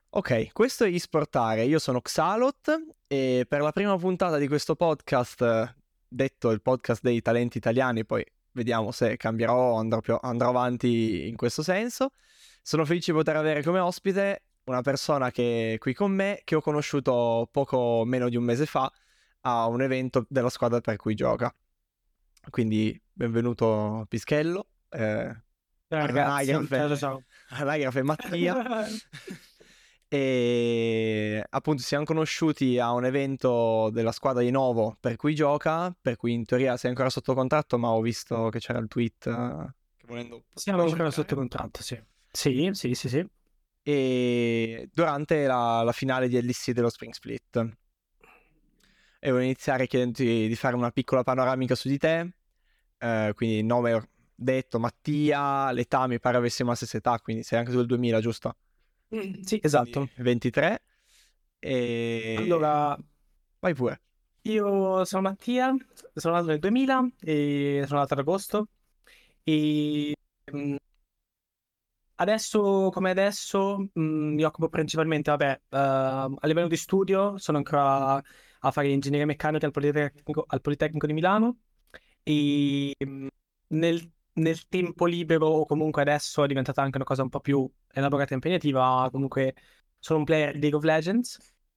Ok, questo è Esportare, io sono Xalot e per la prima puntata di questo podcast, detto il podcast dei talenti italiani, poi vediamo se cambierò o andrò avanti in questo senso, sono felice di poter avere come ospite una persona che è qui con me, che ho conosciuto poco meno di un mese fa a un evento della squadra per cui gioca. Quindi benvenuto Pischello, Ciao ragazzi, ciao. Anagrafe Mattia. E appunto siamo conosciuti a un evento della squadra di Novo per cui gioca, per cui in teoria sei ancora sotto contratto, ma ho visto che c'era il tweet che volendo Siamo puoi ancora cercare. sotto contratto, sì. Sì. E durante la finale di LEC dello Spring Split e volevo iniziare chiedendoti di fare una piccola panoramica su di te, quindi nome detto Mattia, l'età mi pare avessimo la stessa età, quindi sei anche tu del 2000, giusto? Sì, Quindi esatto. 23 e Allora, vai pure. io sono Mattia, sono nato nel 2000 e sono nato ad agosto. E mm, adesso, come adesso, mi occupo principalmente, a livello di studio, sono ancora a fare ingegneria meccanica al Politecnico di Milano. E nel tempo libero, o comunque adesso è diventata anche una cosa un po' più elaborata e impegnativa. Comunque sono un player di League of Legends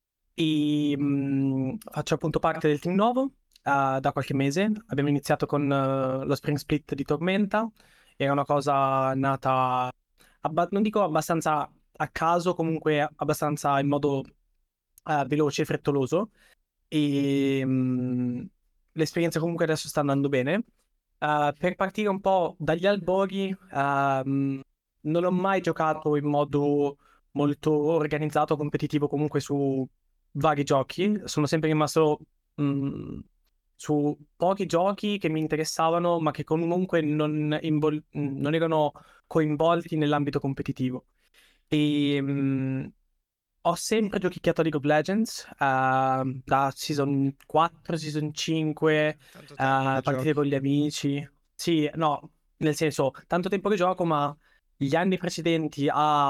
e faccio appunto parte del team nuovo da qualche mese. Abbiamo iniziato con lo Spring Split di Tormenta. Era una cosa nata, non dico abbastanza a caso, comunque abbastanza in modo veloce e frettoloso. E l'esperienza comunque adesso sta andando bene. Per partire un po' dagli albori, non ho mai giocato in modo molto organizzato, competitivo comunque su vari giochi. Sono sempre rimasto mh, su pochi giochi che mi interessavano, ma che comunque non erano coinvolti nell'ambito competitivo. E ho sempre giochicchiato a League of Legends, da Season 4, Season 5, Tanto tempo che partite giochi. con gli amici. Sì, no, nel senso, tanto tempo che gioco, ma gli anni precedenti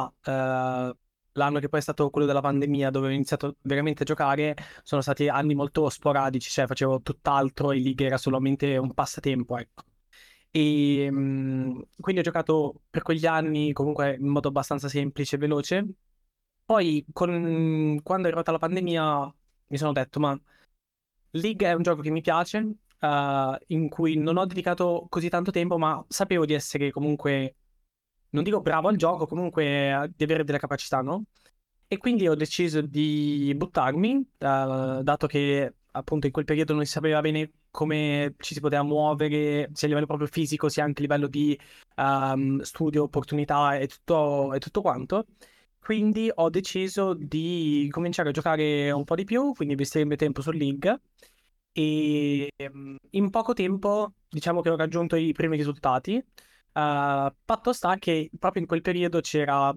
l'anno che poi è stato quello della pandemia, dove ho iniziato veramente a giocare, sono stati anni molto sporadici, cioè facevo tutt'altro e League era solamente un passatempo, ecco. E quindi ho giocato per quegli anni comunque in modo abbastanza semplice e veloce. Poi, quando è arrivata la pandemia, mi sono detto, ma League è un gioco che mi piace, in cui non ho dedicato così tanto tempo, ma sapevo di essere comunque, non dico bravo al gioco, comunque di avere delle capacità, no? E quindi ho deciso di buttarmi, dato che appunto in quel periodo non si sapeva bene come ci si poteva muovere, sia a livello proprio fisico, sia anche a livello di studio, opportunità e tutto quanto. Quindi ho deciso di cominciare a giocare un po' di più, quindi investire il mio tempo su League. E in poco tempo, diciamo che ho raggiunto i primi risultati. Fatto sta che proprio in quel periodo c'era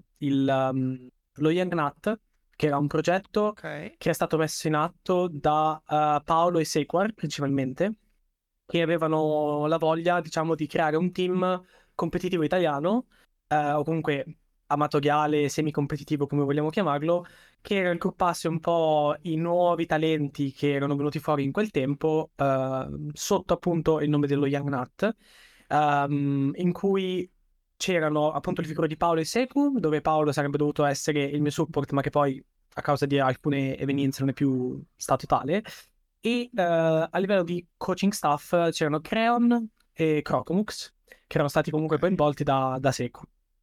lo Young Nut, che era un progetto Ok. che è stato messo in atto da Paolo e Sequar principalmente, che avevano la voglia, diciamo, di creare un team competitivo italiano, o comunque amatoriale, semi-competitivo, come vogliamo chiamarlo, che raggruppasse un po' i nuovi talenti che erano venuti fuori in quel tempo, sotto appunto il nome dello Young Nut, in cui c'erano appunto le figure di Paolo e Seku, dove Paolo sarebbe dovuto essere il mio support, ma che poi a causa di alcune evenienze non è più stato tale. E a livello di coaching staff c'erano Creon e Crocomux, che erano stati comunque Ok. coinvolti da Seku.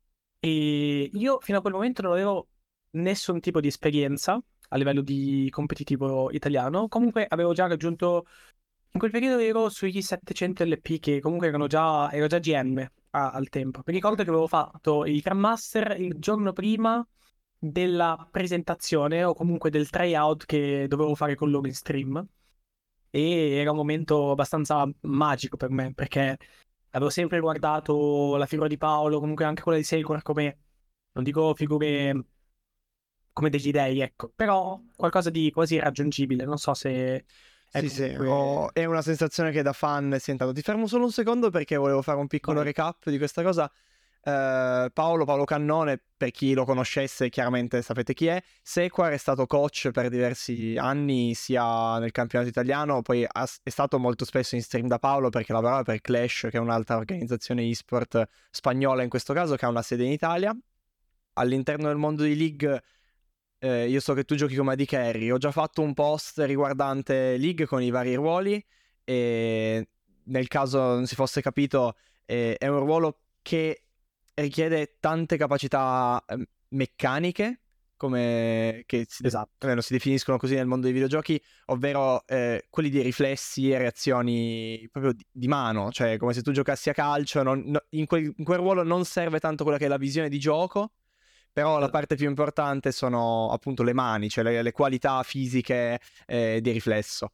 E io fino a quel momento non avevo nessun tipo di esperienza a livello di competitivo italiano. Comunque avevo già raggiunto, in quel periodo ero sugli 700 LP, che comunque ero già GM al tempo. Mi Ok. ricordo che avevo fatto il Grandmaster il giorno prima della presentazione, o comunque del tryout che dovevo fare con loro in stream. E era un momento abbastanza magico per me, perché avevo sempre guardato la figura di Paolo, comunque anche quella di Sequor, come, non dico figure come degli dei, ecco, però qualcosa di quasi irraggiungibile. Non so se è Sì, sì, comunque... è una sensazione che da fan è sentato. Ti fermo solo un secondo perché volevo fare un piccolo Vai. recap di questa cosa. Paolo Cannone, per chi lo conoscesse chiaramente sapete chi è. Sequar è stato coach per diversi anni sia nel campionato italiano, poi è stato molto spesso in stream da Paolo perché lavorava per Clash, che è un'altra organizzazione e-sport spagnola in questo caso, che ha una sede in Italia. All'interno del mondo di League, io so che tu giochi come AD Carry, ho già fatto un post riguardante League con i vari ruoli, e nel caso non si fosse capito, è un ruolo che richiede tante capacità meccaniche, come che Esatto. almeno si definiscono così nel mondo dei videogiochi, ovvero quelli di riflessi e reazioni proprio di mano, cioè come se tu giocassi a calcio, in quel ruolo non serve tanto quella che è la visione di gioco, però la parte più importante sono appunto le mani, cioè le qualità fisiche di riflesso.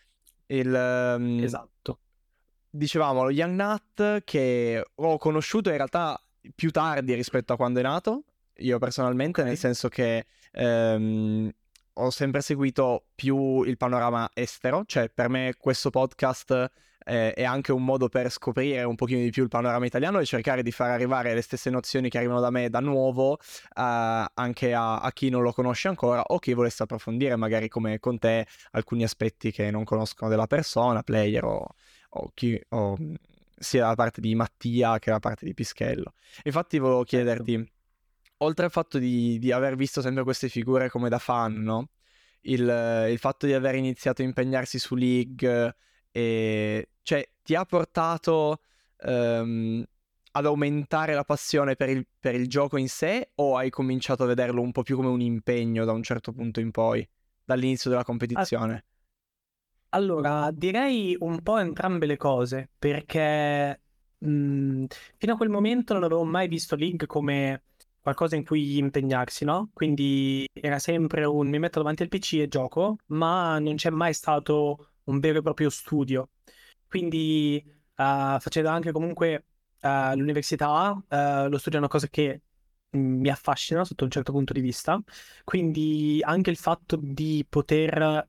Esatto. Dicevamo, lo Young Nut che ho conosciuto in realtà più tardi rispetto a quando è nato, io personalmente, nel Ok. senso che ho sempre seguito più il panorama estero, cioè per me questo podcast è anche un modo per scoprire un pochino di più il panorama italiano e cercare di far arrivare le stesse nozioni che arrivano da me da nuovo anche a chi non lo conosce ancora o chi volesse approfondire magari come con te alcuni aspetti che non conoscono della persona, player o sia da parte di Mattia che da parte di Pischello. Infatti volevo Certo. chiederti, oltre al fatto di aver visto sempre queste figure come da fan, no? Il fatto di aver iniziato a impegnarsi su League, cioè ti ha portato ad aumentare la passione per il gioco in sé, o hai cominciato a vederlo un po' più come un impegno da un certo punto in poi, dall'inizio della Ah, competizione? allora, direi un po' entrambe le cose, perché fino a quel momento non avevo mai visto League come qualcosa in cui impegnarsi, no? Quindi era sempre un mi metto davanti al PC e gioco, ma non c'è mai stato un vero e proprio studio. Quindi facendo anche comunque l'università, lo studio è una cosa che mi affascina sotto un certo punto di vista. Quindi anche il fatto di poter,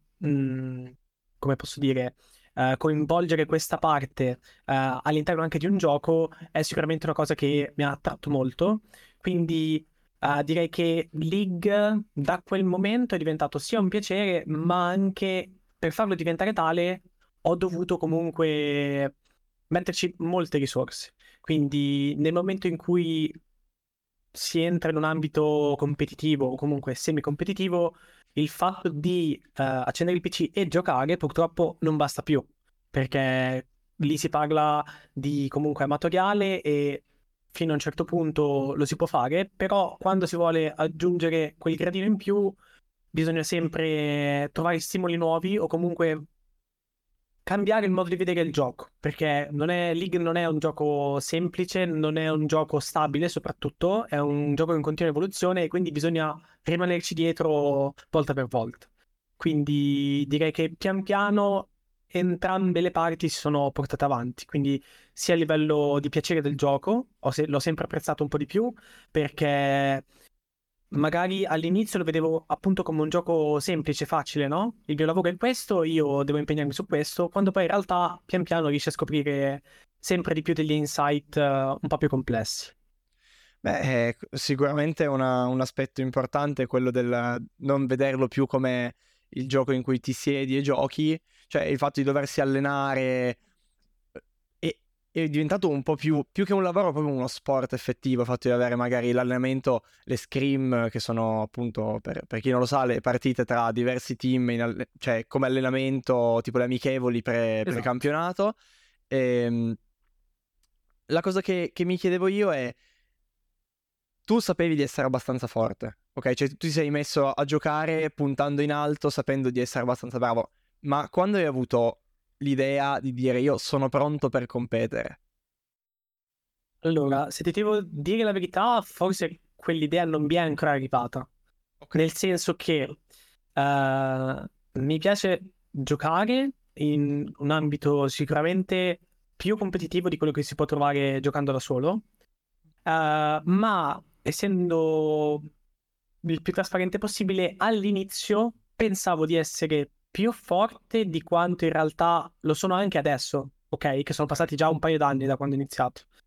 come posso dire, coinvolgere questa parte all'interno anche di un gioco è sicuramente una cosa che mi ha attratto molto. Quindi direi che League da quel momento è diventato sia un piacere, ma anche per farlo diventare tale ho dovuto comunque metterci molte risorse. Quindi nel momento in cui si entra in un ambito competitivo o comunque semi-competitivo, il fatto di accendere il PC e giocare purtroppo non basta più, perché lì si parla di comunque amatoriale e fino a un certo punto lo si può fare, però quando si vuole aggiungere quel gradino in più bisogna sempre trovare stimoli nuovi o comunque cambiare il modo di vedere il gioco, perché League non è un gioco semplice, non è un gioco stabile soprattutto, è un gioco in continua evoluzione e quindi bisogna rimanerci dietro volta per volta. Quindi direi che pian piano entrambe le parti si sono portate avanti, quindi sia a livello di piacere del gioco, l'ho sempre apprezzato un po' di più, perché magari all'inizio lo vedevo appunto come un gioco semplice, facile, no? Il mio lavoro è questo, io devo impegnarmi su questo, quando poi in realtà pian piano riesci a scoprire sempre di più degli insight un po' più complessi. Beh, sicuramente un aspetto importante è quello del non vederlo più come il gioco in cui ti siedi e giochi, cioè il fatto di doversi allenare è diventato un po' più che un lavoro, proprio uno sport effettivo, il fatto di avere magari l'allenamento, le scrim, che sono appunto, per chi non lo sa, le partite tra diversi team, cioè come allenamento, tipo le amichevoli Esatto. pre-campionato. Ehm, la cosa che mi chiedevo io è, tu sapevi di essere abbastanza forte, ok? Cioè tu ti sei messo a giocare puntando in alto, sapendo di essere abbastanza bravo, ma quando hai avuto l'idea di dire io sono pronto per competere? Allora, se ti devo dire la verità, forse quell'idea non mi è ancora arrivata. Ok. Nel senso che mi piace giocare in un ambito sicuramente più competitivo di quello che si può trovare giocando da solo, ma essendo il più trasparente possibile, all'inizio pensavo di essere più forte di quanto in realtà lo sono anche adesso, ok? Che sono Ok. passati già un paio d'anni da quando ho iniziato.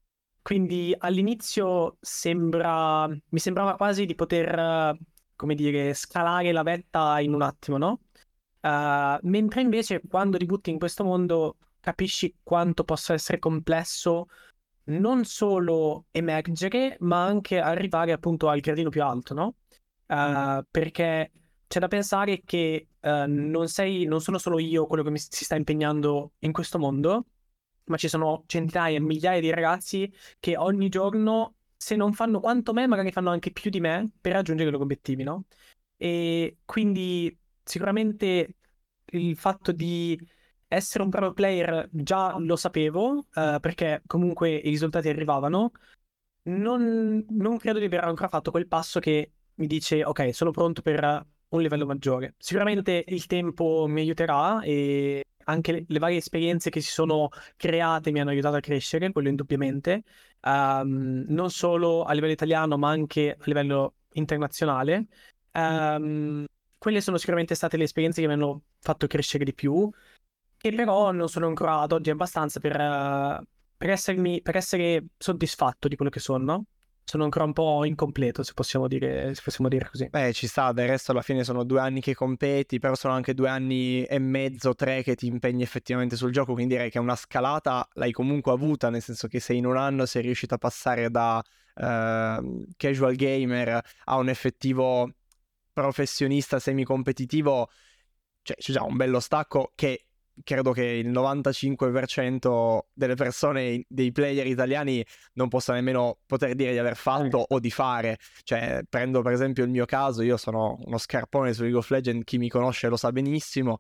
Quindi all'inizio mi sembrava quasi di poter, come dire, scalare la vetta in un attimo, no? Mentre invece quando ributti in questo mondo capisci quanto possa essere complesso non solo emergere, ma anche arrivare appunto al gradino più alto, no? Perché c'è da pensare che non sono solo io quello che si sta impegnando in questo mondo, ma ci sono centinaia, migliaia di ragazzi che ogni giorno, se non fanno quanto me, magari fanno anche più di me per raggiungere i loro obiettivi, no? E quindi sicuramente il fatto di essere un pro player già lo sapevo, perché comunque i risultati arrivavano. Non credo di aver ancora fatto quel passo che mi dice, ok, sono pronto per un livello maggiore. Sicuramente il tempo mi aiuterà e anche le varie esperienze che si sono create mi hanno aiutato a crescere, quello indubbiamente, non solo a livello italiano, ma anche a livello internazionale. Quelle sono sicuramente state le esperienze che mi hanno fatto crescere di più, che però non sono ancora ad oggi abbastanza per essere soddisfatto di quello che sono, no? Sono ancora un po' incompleto, se possiamo dire così. Beh, ci sta, del resto alla fine sono 2 anni che competi, però sono anche 2 anni e mezzo, 3 che ti impegni effettivamente sul gioco, quindi direi che una scalata l'hai comunque avuta, nel senso che se in un anno sei riuscito a passare da casual gamer a un effettivo professionista semi-competitivo, cioè c'è già un bello stacco che credo che il 95% delle persone, dei player italiani, non possa nemmeno poter dire di aver fatto o di fare. Cioè, prendo per esempio il mio caso, io sono uno scarpone su League of Legends, chi mi conosce lo sa benissimo,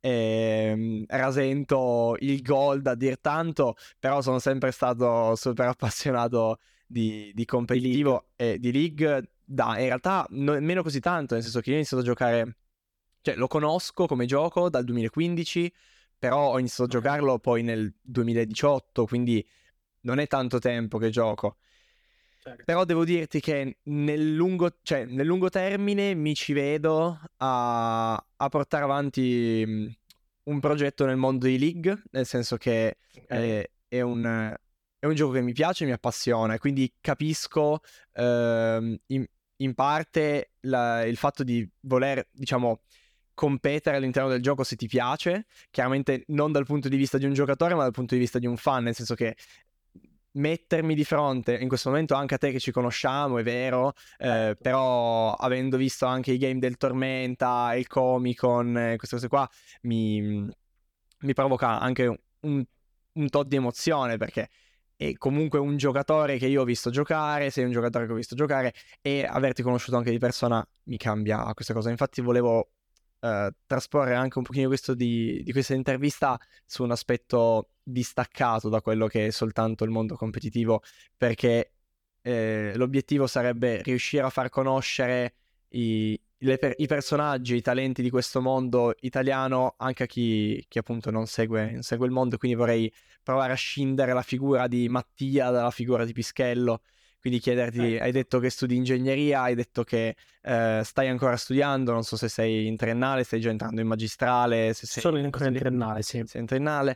rasento il gold a dir tanto, però sono sempre stato super appassionato di competitivo e di League, in realtà nemmeno così tanto, nel senso che io ho iniziato a giocare, cioè lo conosco come gioco dal 2015, però ho iniziato a giocarlo poi nel 2018, quindi non è tanto tempo che gioco. Certo. Però devo dirti che nel lungo termine mi ci vedo a portare avanti un progetto nel mondo di League, nel senso che è un gioco che mi piace e mi appassiona, e quindi capisco in parte il fatto di voler, diciamo, competere all'interno del gioco se ti piace, chiaramente non dal punto di vista di un giocatore, ma dal punto di vista di un fan, nel senso che mettermi di fronte in questo momento anche a te che ci conosciamo, è vero, però avendo visto anche i game del Tormenta, il Comic-Con, queste cose qua, mi provoca anche un tot di emozione, perché è comunque un giocatore che io ho visto giocare, sei un giocatore che ho visto giocare, e averti conosciuto anche di persona mi cambia questa cosa. Infatti volevo trasporre anche un pochino di questa intervista su un aspetto distaccato da quello che è soltanto il mondo competitivo, perché l'obiettivo sarebbe riuscire a far conoscere i personaggi, i talenti di questo mondo italiano anche a chi appunto non segue il mondo, quindi vorrei provare a scindere la figura di Mattia dalla figura di Pischello. Quindi chiederti, hai detto che studi ingegneria, hai detto che stai ancora studiando, non so se sei in triennale, stai già entrando in magistrale, se sei Sono ancora in triennale, sì. sei in triennale.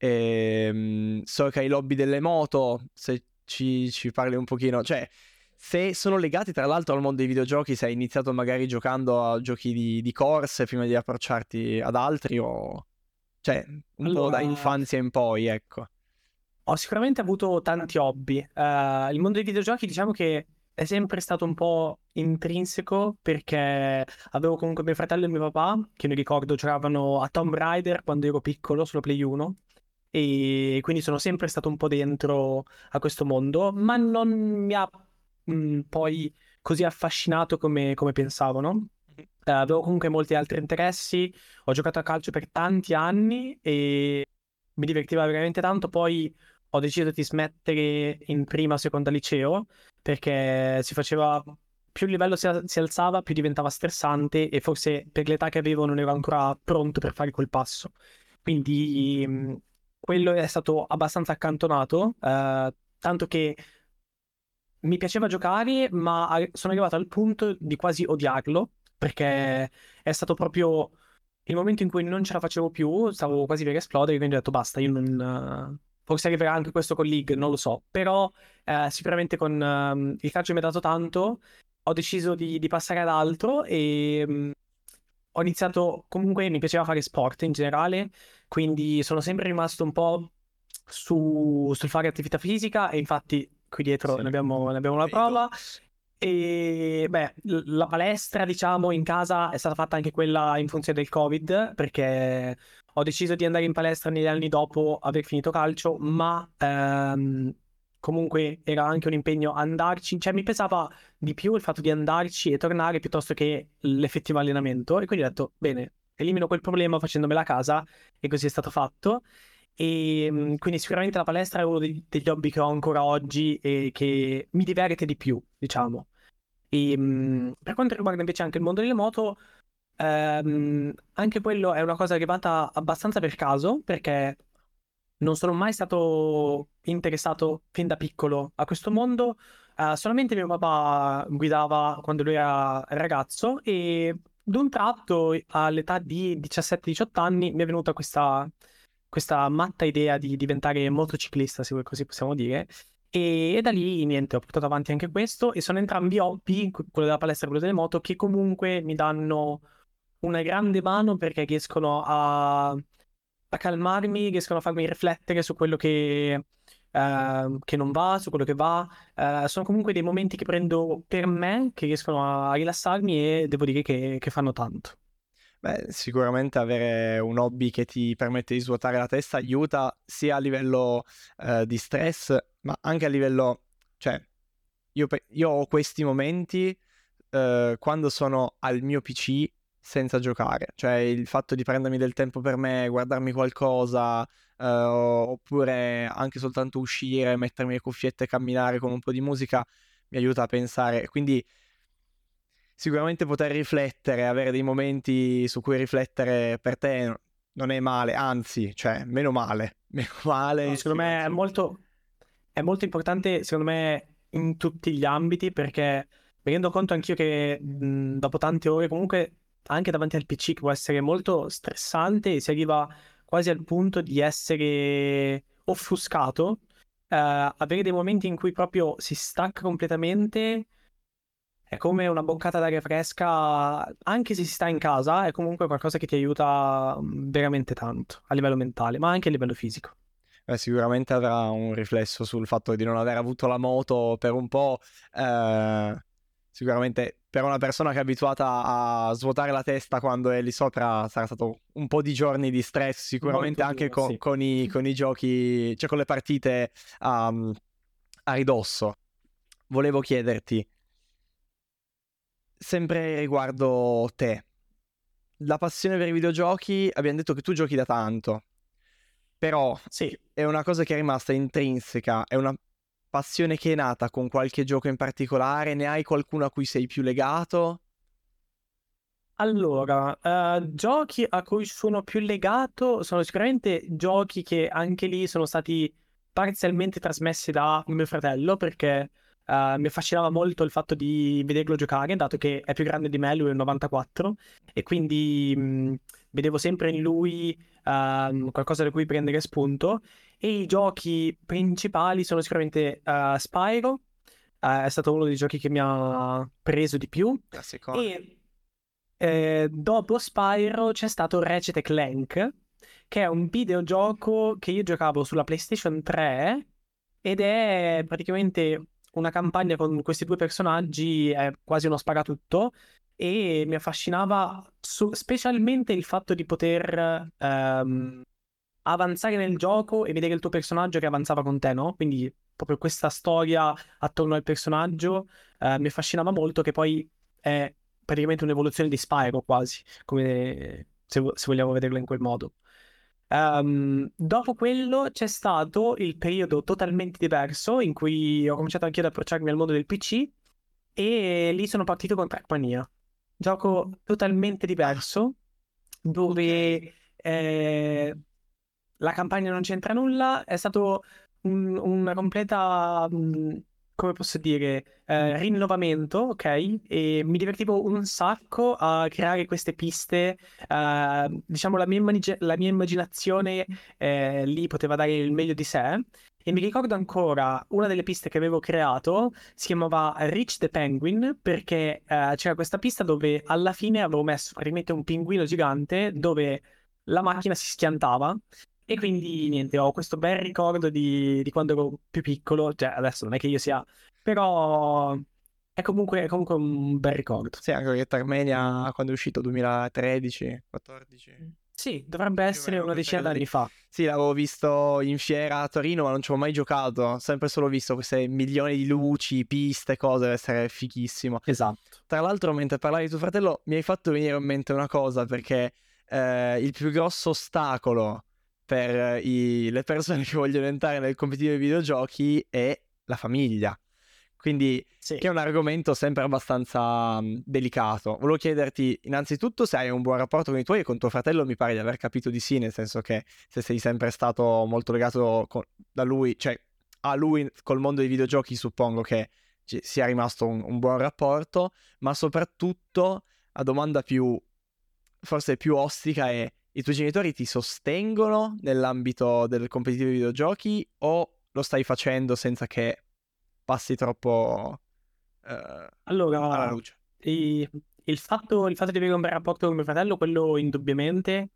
So che hai l'hobby delle moto, se ci parli un pochino, cioè se sono legati tra l'altro al mondo dei videogiochi, se hai iniziato magari giocando a giochi di corse prima di approcciarti ad altri, o cioè un po' da infanzia in poi, ecco. Ho sicuramente avuto tanti hobby. Il mondo dei videogiochi, diciamo che è sempre stato un po' intrinseco, perché avevo comunque mio fratello e mio papà, che mi ricordo giocavano a Tomb Raider quando ero piccolo sulla Play 1, e quindi sono sempre stato un po' dentro a questo mondo, ma non mi ha poi così affascinato come pensavo, no? Avevo comunque molti altri interessi, ho giocato a calcio per tanti anni e mi divertiva veramente tanto. Poi ho deciso di smettere in prima o seconda liceo, perché più il livello si alzava, più diventava stressante, e forse per l'età che avevo non ero ancora pronto per fare quel passo. Quindi quello è stato abbastanza accantonato, tanto che mi piaceva giocare, ma sono arrivato al punto di quasi odiarlo, perché è stato proprio il momento in cui non ce la facevo più, stavo quasi per esplodere, quindi ho detto basta, io non forse arriverà anche questo con League, non lo so, però sicuramente con il calcio mi ha dato tanto, ho deciso di passare ad altro e ho iniziato, comunque mi piaceva fare sport in generale, quindi sono sempre rimasto un po' sul fare attività fisica e infatti qui dietro Sì, ne abbiamo una vedo. prova. E beh, la palestra, diciamo, in casa è stata fatta anche quella in funzione del Covid, perché ho deciso di andare in palestra negli anni dopo aver finito calcio, ma comunque era anche un impegno andarci, cioè mi pesava di più il fatto di andarci e tornare piuttosto che l'effettivo allenamento, e quindi ho detto, bene, elimino quel problema facendomela a casa, e così è stato fatto. E quindi sicuramente la palestra è uno degli hobby che ho ancora oggi e che mi diverte di più, diciamo. E per quanto riguarda invece anche il mondo delle moto, anche quello è una cosa arrivata abbastanza per caso, perché non sono mai stato interessato fin da piccolo a questo mondo. Solamente mio papà guidava quando lui era ragazzo e d'un tratto, all'età di 17-18 anni, mi è venuta questa matta idea di diventare motociclista, se così possiamo dire. E da lì, niente, ho portato avanti anche questo e sono entrambi hobby, quello della palestra e quello delle moto, che comunque mi danno una grande mano perché riescono a calmarmi, riescono a farmi riflettere su quello che non va, su quello che va. Sono comunque dei momenti che prendo per me, che riescono a rilassarmi e devo dire che fanno tanto. Beh, sicuramente avere un hobby che ti permette di svuotare la testa aiuta sia a livello di stress, ma anche a livello, cioè, io ho questi momenti quando sono al mio PC senza giocare, cioè il fatto di prendermi del tempo per me, guardarmi qualcosa, oppure anche soltanto uscire, mettermi le cuffiette e camminare con un po' di musica mi aiuta a pensare. Quindi sicuramente poter riflettere, avere dei momenti su cui riflettere per te non è male, anzi, cioè, meno male, meno male, No, secondo me è molto importante, secondo me, in tutti gli ambiti, perché mi rendo conto anch'io che dopo tante ore, comunque anche davanti al PC, che può essere molto stressante e si arriva quasi al punto di essere offuscato, avere dei momenti in cui proprio si stacca completamente è come una boccata d'aria fresca, anche se si sta in casa, è comunque qualcosa che ti aiuta veramente tanto a livello mentale, ma anche a livello fisico. sicuramente avrà un riflesso sul fatto di non aver avuto la moto per un po'. Sicuramente per una persona che è abituata a svuotare la testa quando è lì sopra sarà stato un po' di giorni di stress, sicuramente Molto anche duro, sì. con i giochi, cioè con le partite a ridosso. Volevo chiederti, sempre riguardo te, la passione per i videogiochi, abbiamo detto che tu giochi da tanto, però Sì. è una cosa che è rimasta intrinseca, è una passione che è nata con qualche gioco in particolare, ne hai qualcuno a cui sei più legato? Allora, giochi a cui sono più legato sono sicuramente giochi che anche lì sono stati parzialmente trasmessi da mio fratello, perché mi affascinava molto il fatto di vederlo giocare, dato che è più grande di me, lui è il 94, e quindi vedevo sempre in lui qualcosa da cui prendere spunto. E i giochi principali sono sicuramente Spyro, è stato uno dei giochi che mi ha preso di più. Classicone. E dopo Spyro c'è stato Ratchet Clank, che è un videogioco che io giocavo sulla PlayStation 3 ed è praticamente una campagna con questi due personaggi, è quasi uno sparatutto, e mi affascinava specialmente il fatto di poter avanzare nel gioco e vedere il tuo personaggio che avanzava con te, no? Quindi proprio questa storia attorno al personaggio mi affascinava molto, che poi è praticamente un'evoluzione di Spyro quasi, come se vogliamo vederlo in quel modo. Dopo quello c'è stato il periodo totalmente diverso in cui ho cominciato anche ad approcciarmi al mondo del PC e lì sono partito con Trackmania, gioco totalmente Ah, diverso dove la campagna non c'entra nulla, è stato una completa come posso dire, rinnovamento, ok? E mi divertivo un sacco a creare queste piste. Diciamo, la mia immaginazione lì poteva dare il meglio di sé. E mi ricordo ancora una delle piste che avevo creato, si chiamava Reach the Penguin, perché c'era questa pista dove alla fine avevo messo praticamente un pinguino gigante dove la macchina si schiantava. E quindi niente, ho questo bel ricordo di quando ero più piccolo, cioè adesso non è che io sia, però è comunque un bel ricordo. Sì, anche perché Tarmenia quando è uscito 2013, 14. Sì, dovrebbe Più o essere meno una quel decina periodo lì. d'anni fa. Sì, l'avevo visto in fiera a Torino, ma non ci ho mai giocato. Ho sempre solo visto queste milioni di luci, piste, cose, deve essere fighissimo. Esatto. Tra l'altro, mentre parlavi di tuo fratello, mi hai fatto venire in mente una cosa, perché il più grosso ostacolo per le persone che vogliono entrare nel competitivo dei videogiochi è la famiglia. Quindi, Sì. che è un argomento sempre abbastanza delicato. Volevo chiederti innanzitutto se hai un buon rapporto con i tuoi, e con tuo fratello mi pare di aver capito di sì, nel senso che se sei sempre stato molto legato da lui, cioè a lui col mondo dei videogiochi, suppongo che ci sia rimasto un buon rapporto, ma soprattutto la domanda forse più ostica è: i tuoi genitori ti sostengono nell'ambito del competitivo dei videogiochi o lo stai facendo senza che passi troppo alla Allora, luce? i- il fatto di avere un bel rapporto con mio fratello, quello indubbiamente,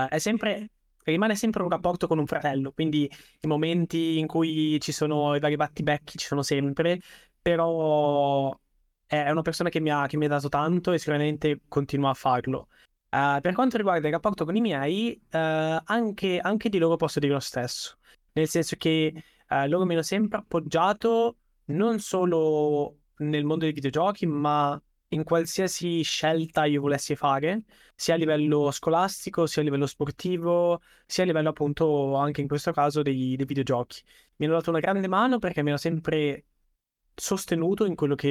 rimane sempre un rapporto con un fratello, quindi i momenti in cui ci sono i vari battibecchi ci sono sempre, però è una persona che mi ha dato tanto e sicuramente continua a farlo. Per quanto riguarda il rapporto con i miei, anche di loro posso dire lo stesso, nel senso che loro mi hanno sempre appoggiato non solo nel mondo dei videogiochi, ma in qualsiasi scelta io volessi fare, sia a livello scolastico, sia a livello sportivo, sia a livello appunto anche in questo caso dei videogiochi. Mi hanno dato una grande mano perché mi hanno sempre sostenuto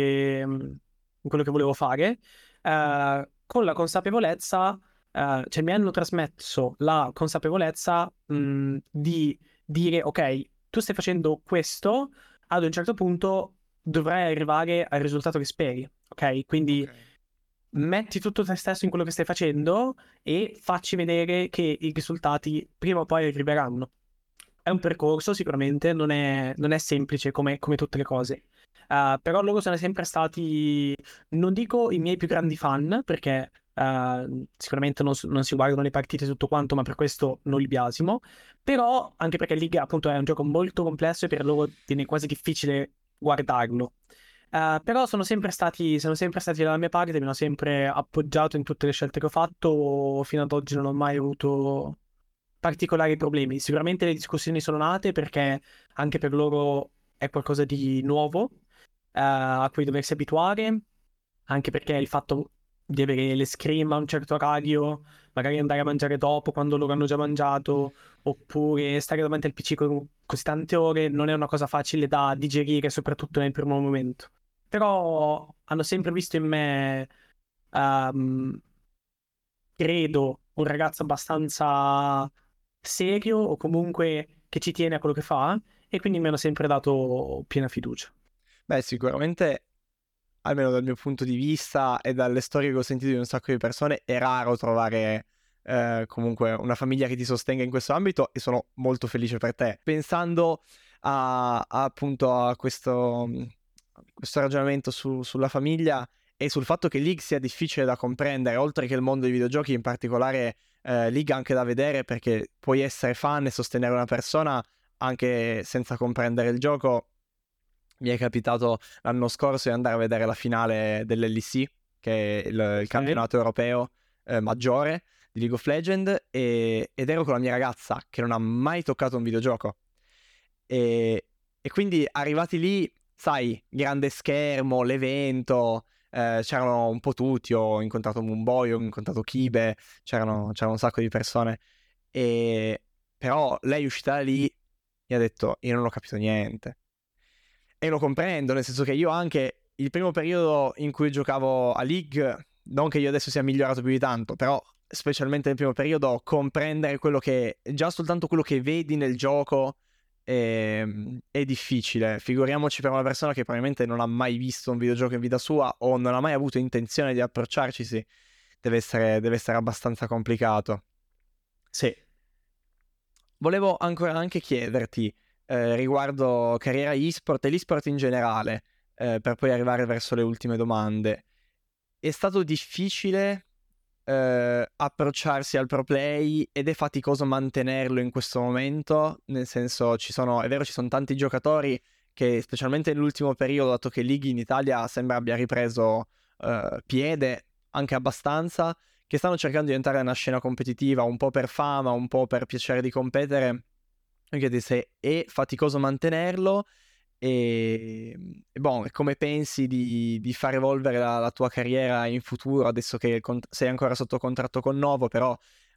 in quello che volevo fare, con la consapevolezza, cioè mi hanno trasmesso la consapevolezza, di dire, ok, tu stai facendo questo, ad un certo punto dovrai arrivare al risultato che speri, ok? Quindi Ok. metti tutto te stesso in quello che stai facendo e facci vedere che i risultati prima o poi arriveranno. È un percorso, sicuramente, non è semplice come tutte le cose. Però loro sono sempre stati, non dico i miei più grandi fan, perché sicuramente non si guardano le partite e tutto quanto, ma per questo non li biasimo. Però, anche perché League appunto è un gioco molto complesso e per loro viene quasi difficile guardarlo. Però sono sempre stati dalla mia parte, mi hanno sempre appoggiato in tutte le scelte che ho fatto. Fino ad oggi non ho mai avuto particolari problemi. Sicuramente le discussioni sono nate perché anche per loro è qualcosa di nuovo, a cui doversi abituare, anche perché il fatto di avere le scream a un certo orario, magari andare a mangiare dopo quando loro hanno già mangiato, oppure stare davanti al PC così tante ore, non è una cosa facile da digerire, soprattutto nel primo momento. Però hanno sempre visto in me, ehm, credo, un ragazzo abbastanza serio o comunque che ci tiene a quello che fa e quindi mi hanno sempre dato piena fiducia. Beh, sicuramente, almeno dal mio punto di vista e dalle storie che ho sentito di un sacco di persone, è raro trovare comunque una famiglia che ti sostenga in questo ambito, e sono molto felice per te. Pensando appunto a questo ragionamento sulla famiglia e sul fatto che League sia difficile da comprendere, oltre che il mondo dei videogiochi in particolare, League anche da vedere, perché puoi essere fan e sostenere una persona anche senza comprendere il gioco. Mi è capitato l'anno scorso di andare a vedere la finale dell'LEC, che è il Ok? campionato europeo maggiore di League of Legends, ed ero con la mia ragazza che non ha mai toccato un videogioco. E quindi arrivati lì, sai, grande schermo, l'evento, c'erano un po' tutti, ho incontrato Mumboy, ho incontrato Kibe, c'erano un sacco di persone. E però lei uscita da lì mi ha detto: io non ho capito niente. E lo comprendo, nel senso che io anche il primo periodo in cui giocavo a League, non che io adesso sia migliorato più di tanto, però specialmente nel primo periodo, comprendere quello che, già soltanto quello che vedi nel gioco, è difficile. Figuriamoci per una persona che probabilmente non ha mai visto un videogioco in vita sua o non ha mai avuto intenzione di approcciarci, deve essere abbastanza complicato. Sì. Volevo ancora anche chiederti riguardo carriera e-sport e l'e-sport in generale, per poi arrivare verso le ultime domande. È stato difficile approcciarsi al pro play ed è faticoso mantenerlo in questo momento? Nel senso, è vero, ci sono tanti giocatori che, specialmente nell'ultimo periodo, dato che League in Italia sembra abbia ripreso piede anche abbastanza, che stanno cercando di entrare nella scena competitiva un po' per fama, un po' per piacere di competere. Anche se è faticoso mantenerlo come pensi di far evolvere la tua carriera in futuro adesso che sei ancora sotto contratto con Novo, però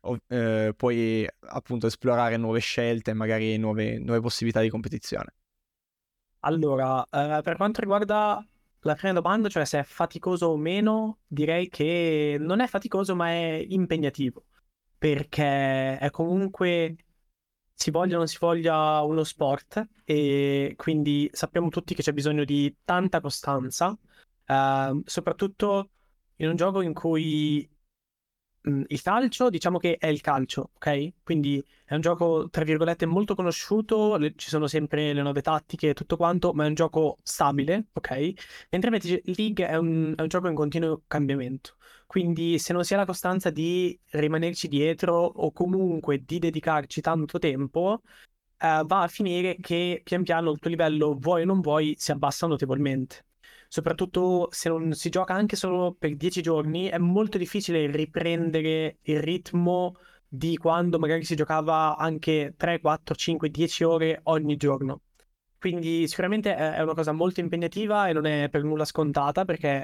puoi appunto esplorare nuove scelte, magari nuove possibilità di competizione. Allora, per quanto riguarda la prima domanda, cioè se è faticoso o meno, direi che non è faticoso, ma è impegnativo, perché è comunque, si voglia o non si voglia, uno sport, e quindi sappiamo tutti che c'è bisogno di tanta costanza, soprattutto in un gioco in cui il calcio, diciamo che è il calcio, ok? Quindi è un gioco, tra virgolette, molto conosciuto, ci sono sempre le nuove tattiche e tutto quanto, ma è un gioco stabile, ok? Mentre invece League è un gioco in continuo cambiamento. Quindi se non si ha la costanza di rimanerci dietro o comunque di dedicarci tanto tempo, va a finire che pian piano il tuo livello, vuoi o non vuoi, si abbassa notevolmente. Soprattutto se non si gioca anche solo per 10 giorni, è molto difficile riprendere il ritmo di quando magari si giocava anche 3, 4, 5, 10 ore ogni giorno. Quindi sicuramente è una cosa molto impegnativa e non è per nulla scontata perché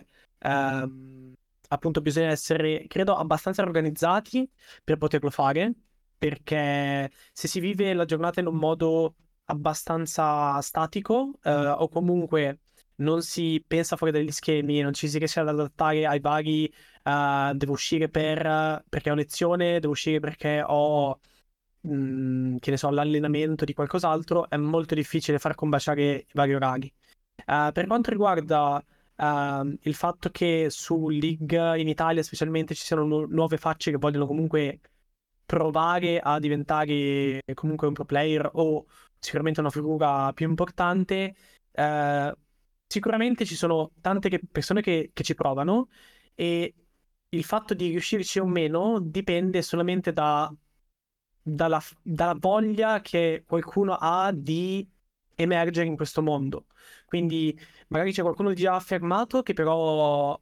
appunto bisogna essere, credo, abbastanza organizzati per poterlo fare, perché se si vive la giornata in un modo abbastanza statico o comunque non si pensa fuori dagli schemi, non ci si riesce ad adattare ai vari devo uscire perché ho lezione, devo uscire perché ho che ne so, l'allenamento di qualcos'altro, è molto difficile far combaciare i vari orari. Per quanto riguarda il fatto che su League in Italia specialmente ci siano nuove facce che vogliono comunque provare a diventare comunque un pro player o sicuramente una figura più importante, sicuramente ci sono tante persone che ci provano e il fatto di riuscirci o meno dipende solamente dalla voglia che qualcuno ha di emergere in questo mondo. Quindi magari c'è qualcuno già affermato che però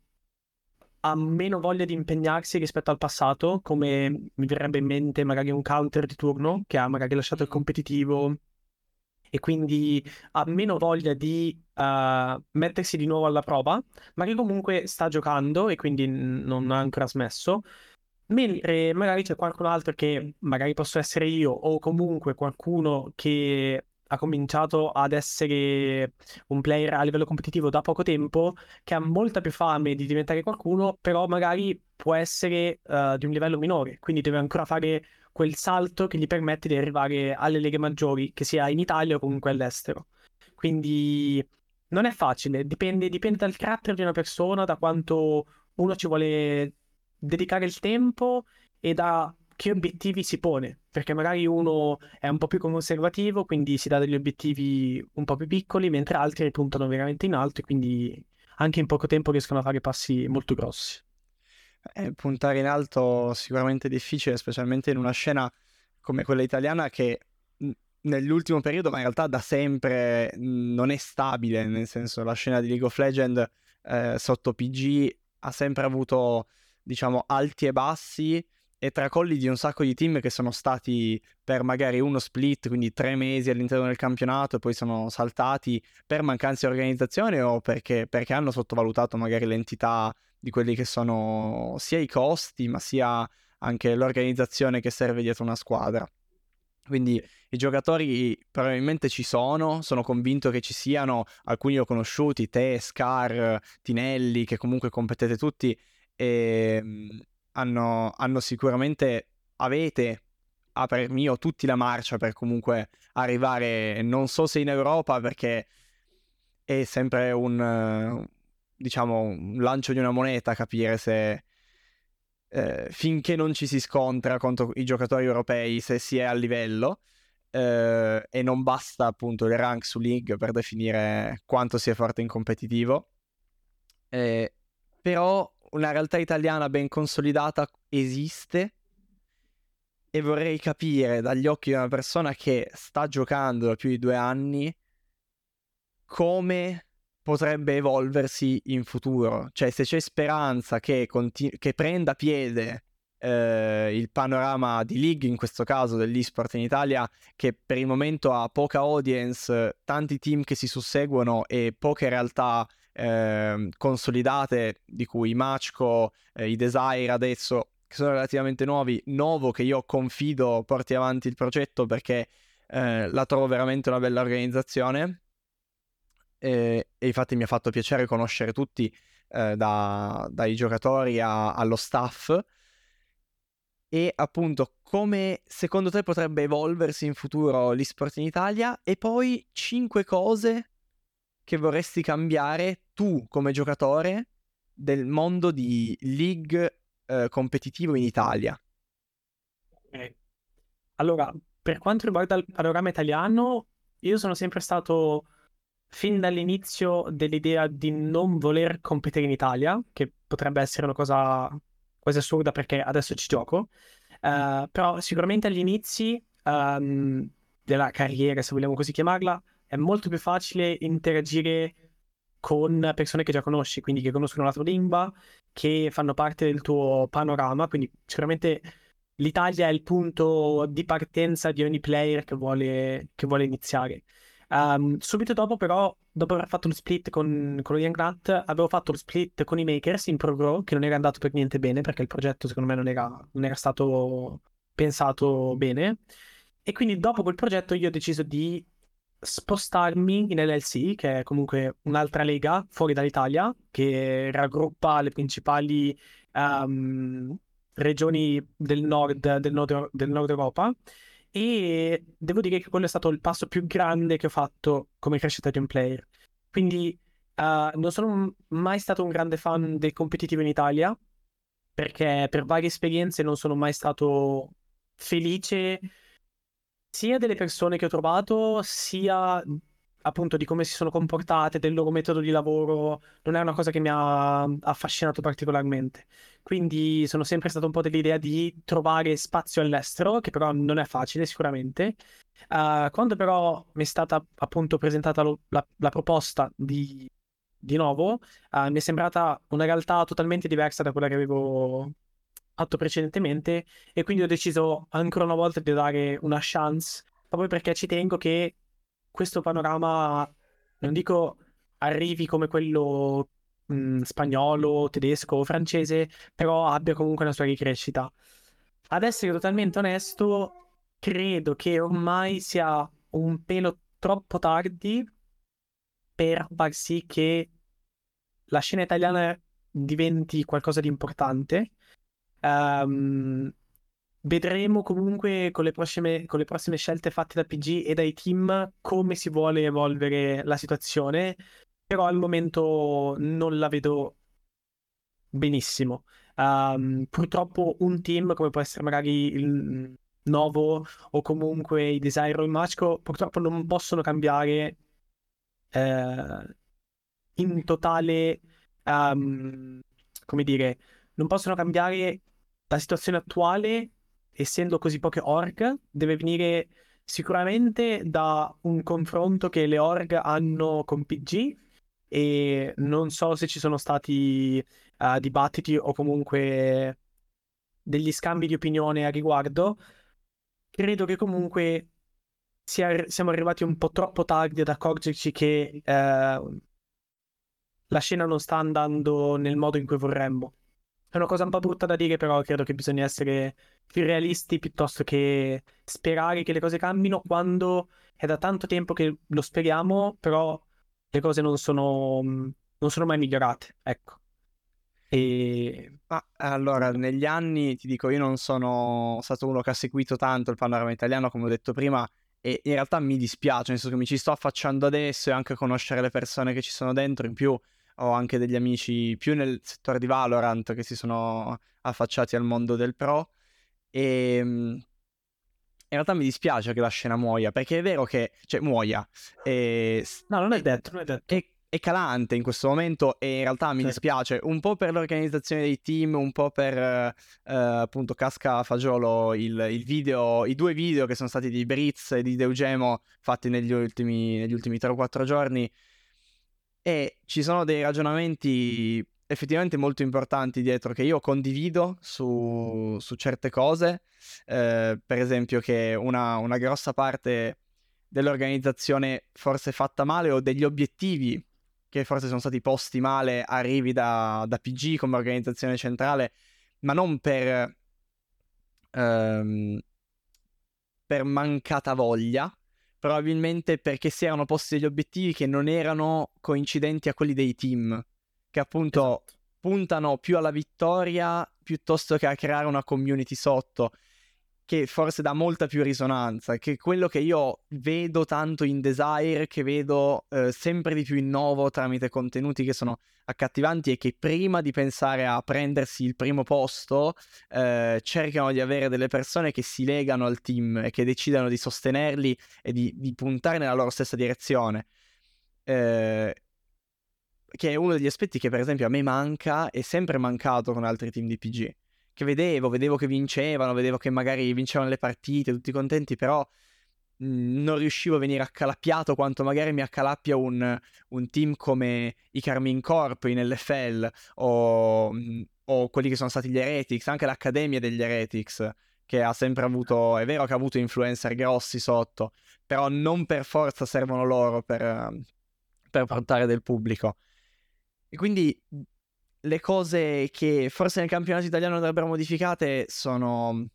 ha meno voglia di impegnarsi rispetto al passato, come mi verrebbe in mente magari un counter di turno che ha magari lasciato il competitivo e quindi ha meno voglia di mettersi di nuovo alla prova, ma che comunque sta giocando e quindi non ha ancora smesso. Mentre magari c'è qualcun altro che magari posso essere io o comunque qualcuno che ha cominciato ad essere un player a livello competitivo da poco tempo, che ha molta più fame di diventare qualcuno, però magari può essere di un livello minore, quindi deve ancora fare quel salto che gli permette di arrivare alle leghe maggiori, che sia in Italia o comunque all'estero. Quindi non è facile, dipende dal carattere di una persona, da quanto uno ci vuole dedicare il tempo e da che obiettivi si pone, perché magari uno è un po' più conservativo, quindi si dà degli obiettivi un po' più piccoli, mentre altri puntano veramente in alto e quindi anche in poco tempo riescono a fare passi molto grossi. Puntare in alto sicuramente è difficile, specialmente in una scena come quella italiana che nell'ultimo periodo, ma in realtà da sempre non è stabile, nel senso la scena di League of Legends sotto PG ha sempre avuto, diciamo, alti e bassi e tracolli di un sacco di team che sono stati per magari uno split, quindi 3 mesi all'interno del campionato e poi sono saltati per mancanza di organizzazione o perché hanno sottovalutato magari l'entità di quelli che sono sia i costi, ma sia anche l'organizzazione che serve dietro una squadra. Quindi i giocatori probabilmente ci sono convinto che ci siano, alcuni li ho conosciuti, te, Scar, Tinelli, che comunque competete tutti, e hanno sicuramente, avete aprirmi io tutti la marcia per comunque arrivare, non so se in Europa, perché è sempre diciamo, un lancio di una moneta capire se finché non ci si scontra contro i giocatori europei, se si è a livello, e non basta appunto il rank su League per definire quanto si è forte in competitivo. Però una realtà italiana ben consolidata esiste, e vorrei capire dagli occhi di una persona che sta giocando da più di 2 anni come potrebbe evolversi in futuro. Cioè, se c'è speranza che prenda piede il panorama di League, in questo caso dell'esport in Italia, che per il momento ha poca audience, tanti team che si susseguono e poche realtà consolidate, di cui i Machco, i Desire adesso, che sono relativamente nuovi, Novo, che io confido porti avanti il progetto perché la trovo veramente una bella organizzazione. E infatti mi ha fatto piacere conoscere tutti, dai giocatori allo staff. E appunto, come secondo te potrebbe evolversi in futuro l'esport in Italia? E poi 5 cose che vorresti cambiare tu come giocatore del mondo di League competitivo in Italia. Ok. Allora, per quanto riguarda il panorama italiano, io sono sempre stato fin dall'inizio dell'idea di non voler competere in Italia, che potrebbe essere una cosa quasi assurda perché adesso ci gioco. Però sicuramente agli inizi della carriera, se vogliamo così chiamarla, è molto più facile interagire con persone che già conosci, quindi che conoscono la tua lingua, che fanno parte del tuo panorama, quindi sicuramente l'Italia è il punto di partenza di ogni player che vuole iniziare. Subito dopo, però, dopo aver fatto lo split con lo Young Nut, avevo fatto lo split con i Makers in Pro Grow, che non era andato per niente bene, perché il progetto secondo me non era stato pensato bene. E quindi dopo quel progetto io ho deciso di spostarmi in LLC, che è comunque un'altra lega fuori dall'Italia, che raggruppa le principali ehm, regioni del nord Europa. E devo dire che quello è stato il passo più grande che ho fatto come crescita di un player. Quindi non sono mai stato un grande fan del competitivo in Italia, perché per varie esperienze non sono mai stato felice sia delle persone che ho trovato, sia appunto di come si sono comportate, del loro metodo di lavoro. Non è una cosa che mi ha affascinato particolarmente. Quindi sono sempre stato un po' dell'idea di trovare spazio all'estero, che però non è facile sicuramente. Quando però mi è stata appunto presentata la proposta di nuovo, mi è sembrata una realtà totalmente diversa da quella che avevo fatto precedentemente, e quindi ho deciso ancora una volta di dare una chance, proprio perché ci tengo che questo panorama, non dico arrivi come quello spagnolo, tedesco o francese, però abbia comunque una sua ricrescita. Ad essere totalmente onesto, credo che ormai sia un pelo troppo tardi per far sì che la scena italiana diventi qualcosa di importante. Ehm, Vedremo comunque con le prossime scelte fatte da PG e dai team come si vuole evolvere la situazione, però al momento non la vedo benissimo. Purtroppo un team come può essere magari il Novo o comunque i Desire o il Machco purtroppo non possono cambiare eh, in totale, ehm, come dire, non possono cambiare la situazione attuale, essendo così poche org. Deve venire sicuramente da un confronto che le org hanno con PG, e non so se ci sono stati dibattiti o comunque degli scambi di opinione a riguardo. Credo che comunque siamo arrivati un po' troppo tardi ad accorgerci che la scena non sta andando nel modo in cui vorremmo. È una cosa un po' brutta da dire, però credo che bisogna essere più realisti piuttosto che sperare che le cose cambino quando è da tanto tempo che lo speriamo, però le cose non sono mai migliorate, ecco. E Allora, negli anni, ti dico, io non sono stato uno che ha seguito tanto il panorama italiano, come ho detto prima, e in realtà mi dispiace, nel senso che mi ci sto affacciando adesso e anche a conoscere le persone che ci sono dentro. In più ho anche degli amici più nel settore di Valorant che si sono affacciati al mondo del pro, e in realtà mi dispiace che la scena muoia, perché è vero che, cioè, muoia, no, non è detto, non è detto. è calante in questo momento, e in realtà mi Certo. dispiace un po' per l'organizzazione dei team, un po' per appunto casca a fagiolo il video, i 2 video che sono stati di Britz e di Deugemo fatti negli ultimi 3 o 4 giorni, e ci sono dei ragionamenti effettivamente molto importanti dietro che io condivido su certe cose. Per esempio che una grossa parte dell'organizzazione forse fatta male, o degli obiettivi che forse sono stati posti male, arrivi da PG come organizzazione centrale, ma non ehm, per mancata voglia, probabilmente perché si erano posti degli obiettivi che non erano coincidenti a quelli dei team, che appunto Esatto. puntano più alla vittoria piuttosto che a creare una community sotto, che forse dà molta più risonanza, che è quello che io vedo tanto in Desire, che vedo sempre di più in Novo tramite contenuti che sono accattivanti, e che prima di pensare a prendersi il primo posto cercano di avere delle persone che si legano al team e che decidano di sostenerli e di puntare nella loro stessa direzione. Che è uno degli aspetti che per esempio a me manca, è sempre mancato con altri team di PG, che vedevo che vincevano, vedevo che magari vincevano le partite, tutti contenti, però non riuscivo a venire accalappiato quanto magari mi accalappia un team come i Carmine Corp in LFL, o quelli che sono stati gli Heretics, anche l'Accademia degli Heretics, che ha sempre avuto, è vero che ha avuto influencer grossi sotto, però non per forza servono loro per portare del pubblico. E quindi le cose che forse nel campionato italiano andrebbero modificate sono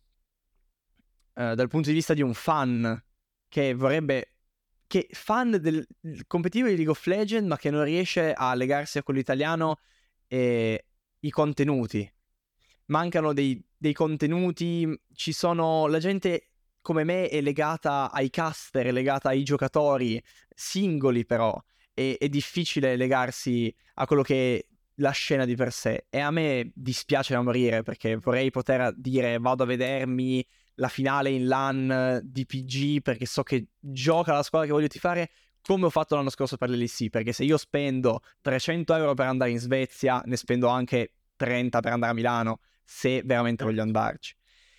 dal punto di vista di un fan che vorrebbe, che fan del competitivo di League of Legends, ma che non riesce a legarsi a quello italiano, e i contenuti. Mancano dei contenuti, ci sono, la gente come me è legata ai caster, è legata ai giocatori singoli, però è difficile legarsi a quello che è la scena di per sé, e a me dispiace da morire, perché vorrei poter dire vado a vedermi la finale in LAN di PG perché so che gioca la squadra che voglio tifare, come ho fatto l'anno scorso per l'LEC, perché se io spendo 300 euro per andare in Svezia, ne spendo anche 30 per andare a Milano, se veramente voglio andarci.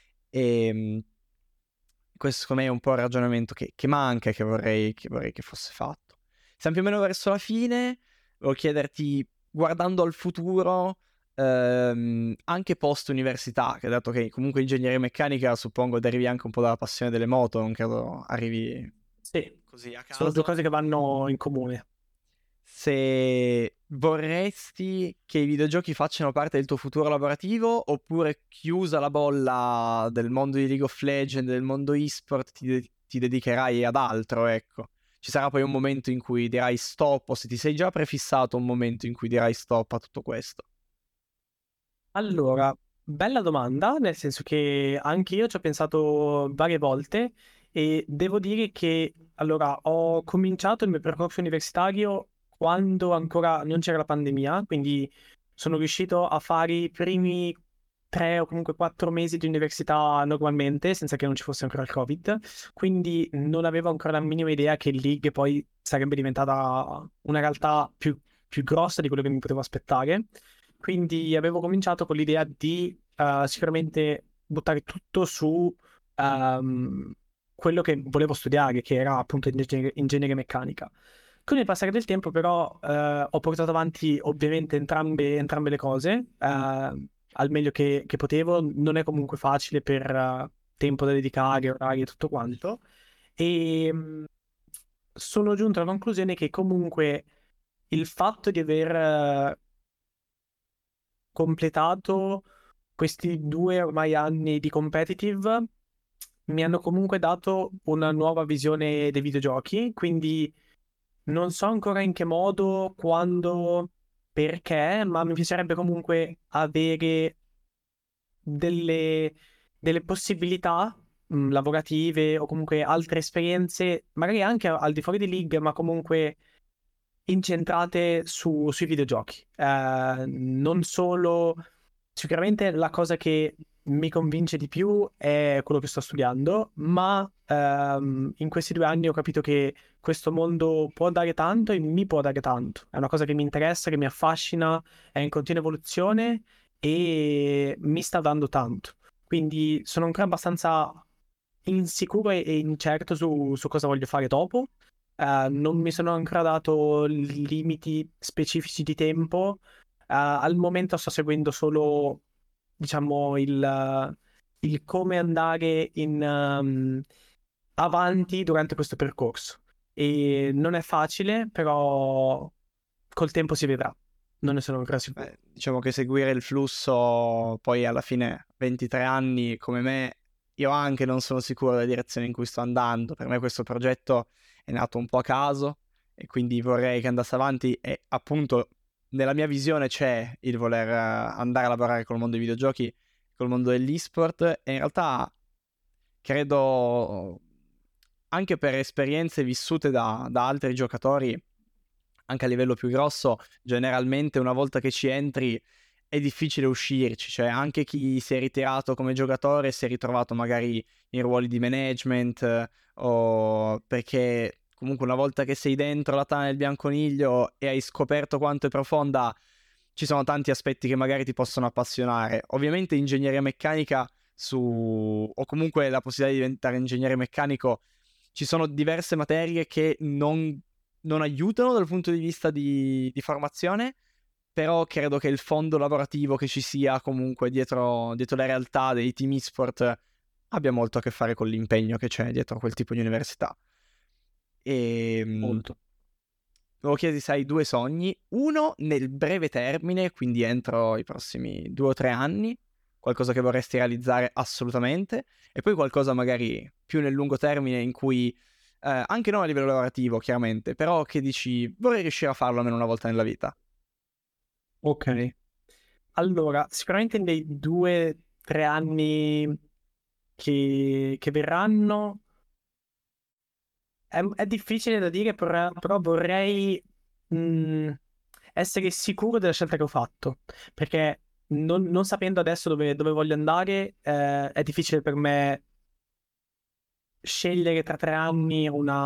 E questo secondo me è un po' il ragionamento che manca e che vorrei che fosse fatto. Siamo più o meno verso la fine. Volevo chiederti, guardando al futuro, anche post università, che dato che comunque ingegneria meccanica suppongo derivi anche un po' dalla passione delle moto, non credo arrivi Sì, così a sono due caso. cose che vanno in comune. Se vorresti che i videogiochi facciano parte del tuo futuro lavorativo, oppure chiusa la bolla del mondo di League of Legends, del mondo e-sport, ti dedicherai ad altro, ecco. Ci sarà poi un momento in cui dirai stop, o se ti sei già prefissato un momento in cui dirai stop a tutto questo. Allora, bella domanda, nel senso che anche io ci ho pensato varie volte e devo dire che allora ho cominciato il mio percorso universitario quando ancora non c'era la pandemia, quindi sono riuscito a fare i primi 3 o comunque 4 mesi di università normalmente, senza che non ci fosse ancora il Covid, quindi non avevo ancora la minima idea che League poi sarebbe diventata una realtà più grossa di quello che mi potevo aspettare. Quindi avevo cominciato con l'idea di sicuramente buttare tutto su quello che volevo studiare, che era appunto ingegneria meccanica. Con il passare del tempo, però, ho portato avanti ovviamente entrambe le cose al meglio che potevo. Non è comunque facile per tempo da dedicare, orari e tutto quanto. E sono giunto alla conclusione che comunque il fatto di aver completato questi 2 ormai anni di competitive mi hanno comunque dato una nuova visione dei videogiochi, quindi non so ancora in che modo, quando perché, ma mi piacerebbe comunque avere delle, delle possibilità lavorative o comunque altre esperienze, magari anche al di fuori di League, ma comunque incentrate sui videogiochi. Non solo, sicuramente la cosa che mi convince di più è quello che sto studiando, ma in questi 2 anni ho capito che questo mondo può dare tanto e mi può dare tanto. È una cosa che mi interessa, che mi affascina, è in continua evoluzione e mi sta dando tanto. Quindi sono ancora abbastanza insicuro e incerto su cosa voglio fare dopo. Non mi sono ancora dato limiti specifici di tempo. Al momento sto seguendo solo, diciamo, il come andare avanti durante questo percorso. E non è facile, però col tempo si vedrà. Non ne sono ancora sicuro. Diciamo che seguire il flusso, poi alla fine 23 anni come me, io anche non sono sicuro della direzione in cui sto andando. Per me questo progetto è nato un po' a caso e quindi vorrei che andasse avanti e appunto nella mia visione c'è il voler andare a lavorare col mondo dei videogiochi, col mondo dell'esport e in realtà credo anche per esperienze vissute da altri giocatori anche a livello più grosso, generalmente una volta che ci entri è difficile uscirci, cioè anche chi si è ritirato come giocatore si è ritrovato magari in ruoli di management o perché comunque una volta che sei dentro la tana del bianconiglio e hai scoperto quanto è profonda, ci sono tanti aspetti che magari ti possono appassionare. Ovviamente ingegneria meccanica o comunque la possibilità di diventare ingegnere meccanico, ci sono diverse materie che non aiutano dal punto di vista di formazione, però credo che il fondo lavorativo che ci sia comunque dietro la realtà dei team e-sport abbia molto a che fare con l'impegno che c'è dietro quel tipo di università. E Molto. volevo chiederti se hai 2 sogni, uno nel breve termine, quindi entro i prossimi 2 o 3 anni, qualcosa che vorresti realizzare assolutamente, e poi qualcosa magari più nel lungo termine in cui, anche non a livello lavorativo chiaramente, però che dici vorrei riuscire a farlo almeno una volta nella vita. Ok. Allora, sicuramente nei 2 o 3 anni che verranno è difficile da dire, però vorrei mh, essere sicuro della scelta che ho fatto, perché non sapendo adesso dove voglio andare, è difficile per me scegliere tra 3 anni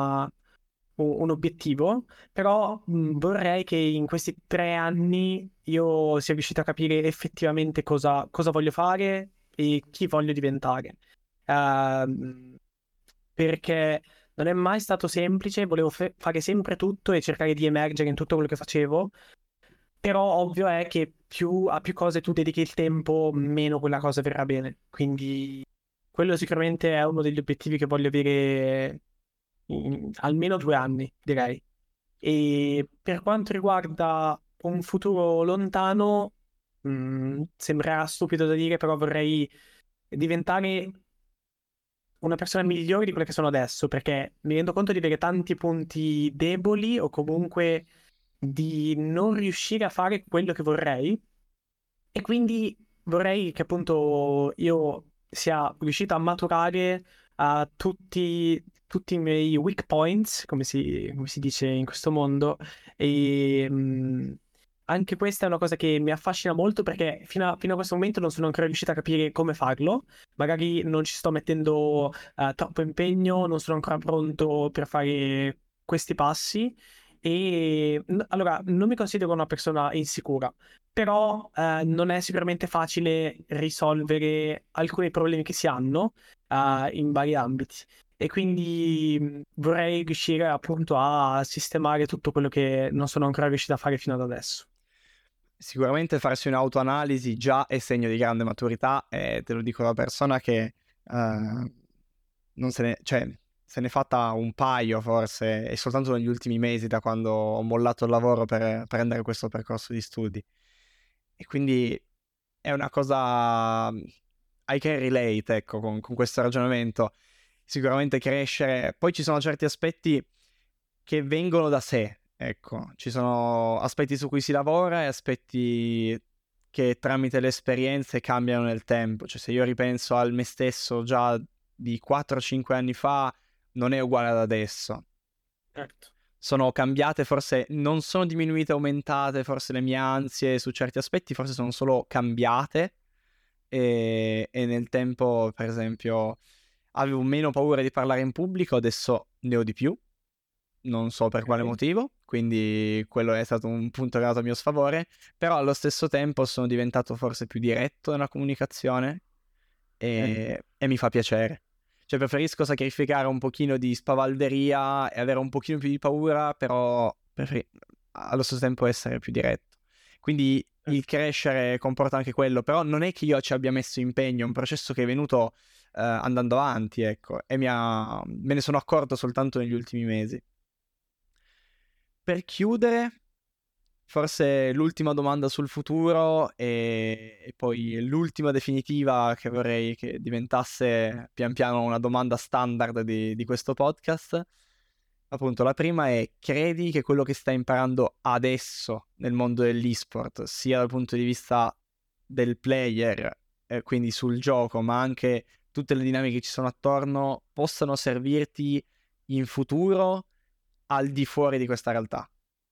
un obiettivo, però vorrei che in questi 3 anni io sia riuscito a capire effettivamente cosa voglio fare e chi voglio diventare. Ehm, Perché non è mai stato semplice, volevo fare sempre tutto e cercare di emergere in tutto quello che facevo, però ovvio è che a più cose tu dedichi il tempo, meno quella cosa verrà bene. Quindi quello sicuramente è uno degli obiettivi che voglio avere in almeno 2 anni, direi. E per quanto riguarda un futuro lontano, sembrerà stupido da dire, però vorrei diventare una persona migliore di quella che sono adesso, perché mi rendo conto di avere tanti punti deboli o comunque di non riuscire a fare quello che vorrei. E quindi vorrei che appunto io sia riuscito a maturare a tutti i miei weak points, come si dice in questo mondo. E anche questa è una cosa che mi affascina molto perché fino a questo momento non sono ancora riuscito a capire come farlo. Magari non ci sto mettendo troppo impegno, non sono ancora pronto per fare questi passi. E allora non mi considero una persona insicura, però non è sicuramente facile risolvere alcuni problemi che si hanno in vari ambiti. E quindi vorrei riuscire appunto a sistemare tutto quello che non sono ancora riuscito a fare fino ad adesso. Sicuramente farsi un'autoanalisi già è segno di grande maturità e te lo dico da persona che non se n'è fatta un paio forse e soltanto negli ultimi mesi da quando ho mollato il lavoro per prendere questo percorso di studi. E quindi è una cosa I can relate, ecco, con questo ragionamento. Sicuramente crescere. Poi ci sono certi aspetti che vengono da sé Ecco, ci sono aspetti su cui si lavora e aspetti che tramite le esperienze cambiano nel tempo. Cioè, se io ripenso al me stesso già di 4-5 anni fa, non è uguale ad adesso. Certo. Sono cambiate, forse non sono diminuite, aumentate, forse le mie ansie su certi aspetti, forse sono solo cambiate. E nel tempo, per esempio, avevo meno paura di parlare in pubblico, adesso ne ho di più. Non so per quale Ok. motivo, quindi quello è stato un punto che è andato a mio sfavore, però allo stesso tempo sono diventato forse più diretto nella comunicazione e mi fa piacere. Cioè preferisco sacrificare un pochino di spavalderia e avere un pochino più di paura, però allo stesso tempo essere più diretto. Quindi il crescere comporta anche quello, però non è che io ci abbia messo impegno, è un processo che è venuto andando avanti, ecco, e me ne sono accorto soltanto negli ultimi mesi. Per chiudere, forse l'ultima domanda sul futuro e poi l'ultima definitiva che vorrei che diventasse pian piano una domanda standard di questo podcast. Appunto, la prima è: credi che quello che stai imparando adesso nel mondo dell'esport, sia dal punto di vista del player, quindi sul gioco, ma anche tutte le dinamiche che ci sono attorno, possano servirti in futuro al di fuori di questa realtà?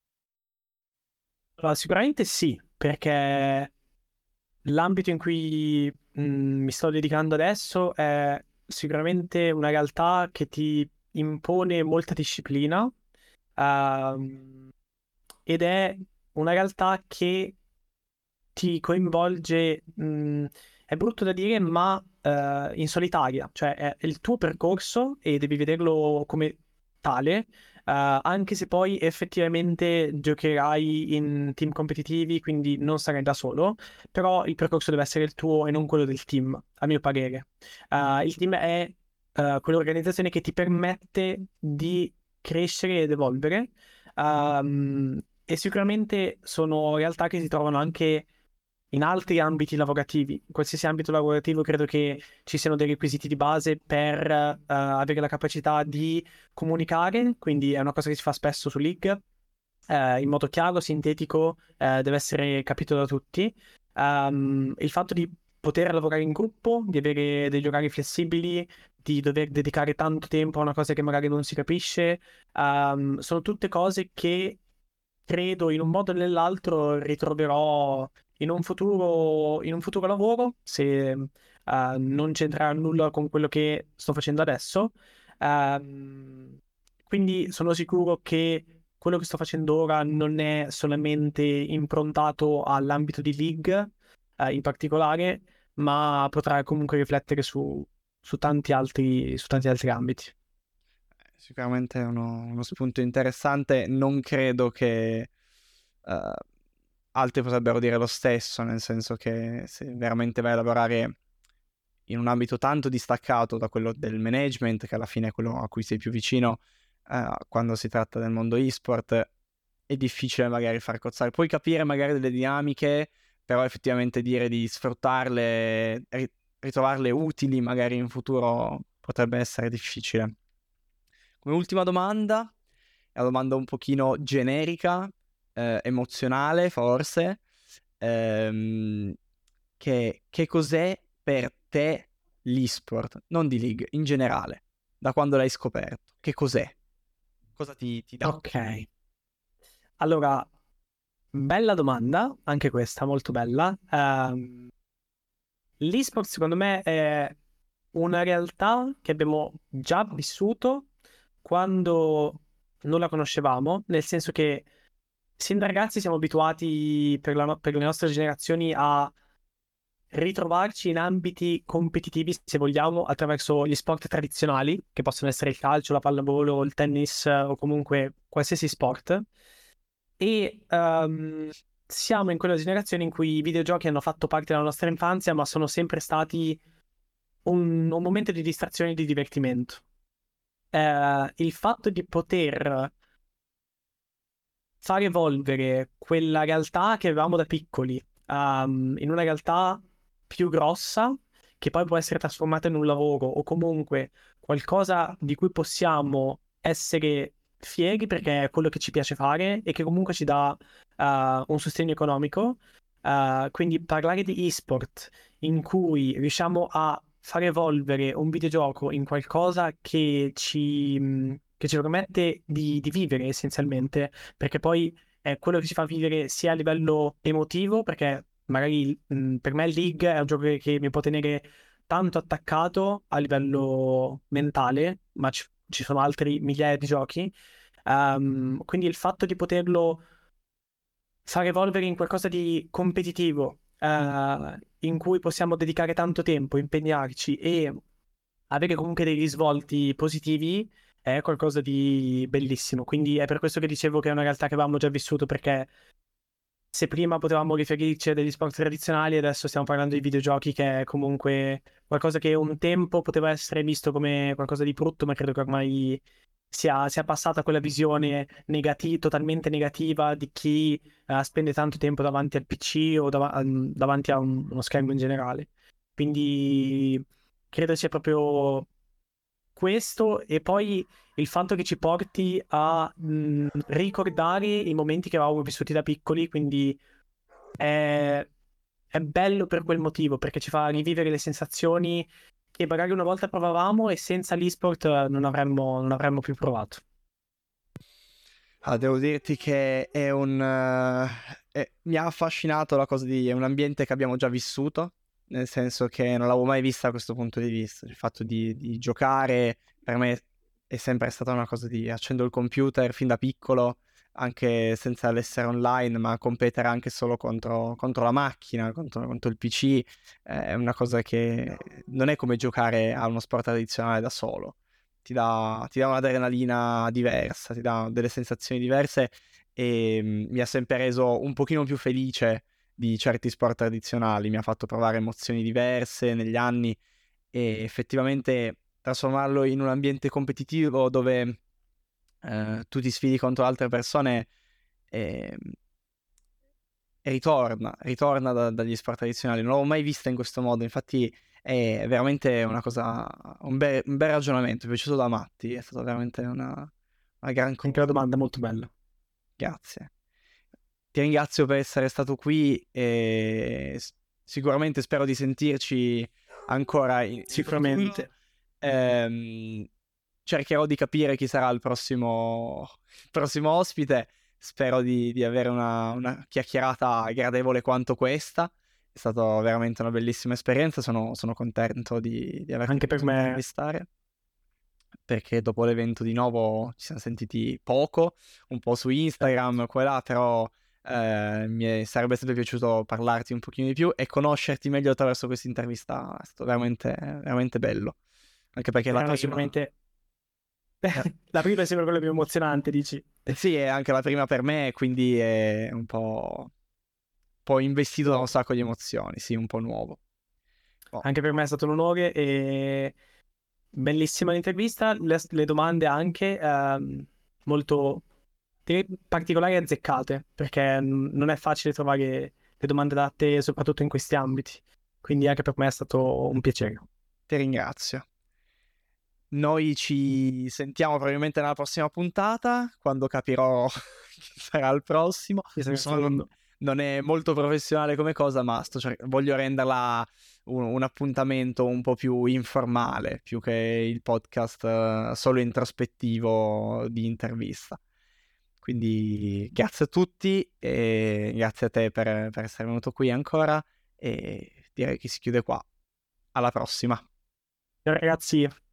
Allora, sicuramente sì, perché l'ambito in cui mi sto dedicando adesso è sicuramente una realtà che ti impone molta disciplina, ehm, ed è una realtà che ti coinvolge, è brutto da dire, ma in solitaria, cioè è il tuo percorso e devi vederlo come tale, anche se poi effettivamente giocherai in team competitivi, quindi non sarai da solo, però il percorso deve essere il tuo e non quello del team, a mio parere. Il team è quell'organizzazione che ti permette di crescere ed evolvere. E sicuramente sono realtà che si trovano anche in altri ambiti lavorativi. In qualsiasi ambito lavorativo credo che ci siano dei requisiti di base per avere la capacità di comunicare, quindi è una cosa che si fa spesso su League, in modo chiaro, sintetico, deve essere capito da tutti. Il fatto di poter lavorare in gruppo, di avere degli orari flessibili, di dover dedicare tanto tempo a una cosa che magari non si capisce, sono tutte cose che credo in un modo o nell'altro ritroverò in un futuro lavoro, se non c'entrerà nulla con quello che sto facendo adesso. Ehm, quindi sono sicuro che quello che sto facendo ora non è solamente improntato all'ambito di League, in particolare, ma potrà comunque riflettere su tanti altri ambiti. Sicuramente è uno spunto interessante. Non credo che altri potrebbero dire lo stesso, nel senso che se veramente vai a lavorare in un ambito tanto distaccato da quello del management, che alla fine è quello a cui sei più vicino, quando si tratta del mondo e-sport, è difficile magari far cozzare. Puoi capire magari delle dinamiche, però effettivamente dire di sfruttarle, ritrovarle utili magari in futuro potrebbe essere difficile. Come ultima domanda, è una domanda un pochino generica, emozionale forse, ehm, che cos'è per te l'esport? Non di League, in generale, da quando l'hai scoperto. Che cos'è? Cosa ti dà? Ok, allora, bella domanda, anche questa molto bella. L'esport secondo me è una realtà che abbiamo già vissuto quando non la conoscevamo, nel senso che sin da ragazzi siamo abituati per le nostre generazioni a ritrovarci in ambiti competitivi, se vogliamo, attraverso gli sport tradizionali, che possono essere il calcio, la pallavolo, il tennis o comunque qualsiasi sport. E siamo in quella generazione in cui i videogiochi hanno fatto parte della nostra infanzia, ma sono sempre stati un momento di distrazione e di divertimento. Il fatto di poter far evolvere quella realtà che avevamo da piccoli, in una realtà più grossa, che poi può essere trasformata in un lavoro o comunque qualcosa di cui possiamo essere fieri perché è quello che ci piace fare e che comunque ci dà un sostegno economico. Quindi parlare di e-sport in cui riusciamo a far evolvere un videogioco in qualcosa che ci permette di vivere essenzialmente, perché poi è quello che ci fa vivere sia a livello emotivo, perché magari per me League è un gioco che mi può tenere tanto attaccato a livello mentale, ma ci sono altri migliaia di giochi. Quindi il fatto di poterlo far evolvere in qualcosa di competitivo, in cui possiamo dedicare tanto tempo, impegnarci e avere comunque dei risvolti positivi, è qualcosa di bellissimo. Quindi è per questo che dicevo che è una realtà che avevamo già vissuto, perché se prima potevamo riferirci a degli sport tradizionali, adesso stiamo parlando di videogiochi, che è comunque qualcosa che un tempo poteva essere visto come qualcosa di brutto, ma credo che ormai sia passata quella visione totalmente negativa di chi spende tanto tempo davanti al PC o davanti a uno schermo in generale. Quindi credo sia proprio questo, e poi il fatto che ci porti a ricordare i momenti che avevamo vissuti da piccoli, quindi è bello per quel motivo, perché ci fa rivivere le sensazioni che magari una volta provavamo e senza l'esport non avremmo più provato. Ah, devo dirti che mi ha affascinato la cosa è un ambiente che abbiamo già vissuto, nel senso che non l'avevo mai vista da questo punto di vista. Il fatto di giocare per me è sempre stata una cosa di accendo il computer fin da piccolo, anche senza l'essere online, ma competere anche solo contro la macchina, contro il PC, è una cosa che non è come giocare a uno sport tradizionale da solo. Ti dà un'adrenalina diversa, ti dà delle sensazioni diverse e mi ha sempre reso un pochino più felice di certi sport tradizionali, mi ha fatto provare emozioni diverse negli anni e effettivamente trasformarlo in un ambiente competitivo dove tu ti sfidi contro altre persone e, e ritorna dagli sport tradizionali. Non l'avevo mai vista in questo modo, infatti è veramente una cosa, un bel ragionamento, mi è piaciuto da matti, è stata veramente una gran Anche la cosa. domanda è molto bella. Grazie. Ti ringrazio per essere stato qui e sicuramente spero di sentirci ancora in futuro. Sicuramente. Ehm, Cercherò di capire chi sarà il prossimo ospite. Spero di avere una chiacchierata gradevole quanto questa. È stata veramente una bellissima esperienza. Sono contento di averti Anche per potuto me. intervistare. Perché dopo l'evento di Novo ci siamo sentiti poco, un po' su Instagram, qua e là, però sarebbe sempre piaciuto parlarti un pochino di più e conoscerti meglio attraverso questa intervista. È stato veramente, veramente bello. Anche perché la prima... Sicuramente. La prima è sempre quella più emozionante, dici? Sì, è anche la prima per me, quindi è un po' investito da un sacco di emozioni, sì, un po' nuovo. Oh, Anche per me è stato un onore e bellissima l'intervista, le domande anche molto particolari e azzeccate, perché non è facile trovare le domande adatte soprattutto in questi ambiti. Quindi anche per me è stato un piacere. ti ringrazio. Noi ci sentiamo probabilmente nella prossima puntata, quando capirò chi sarà il prossimo. Non è molto professionale come cosa, ma voglio renderla un appuntamento un po' più informale, più che il podcast solo introspettivo di intervista. Quindi grazie a tutti e grazie a te per essere venuto qui ancora e direi che si chiude qua. Alla prossima. Ragazzi,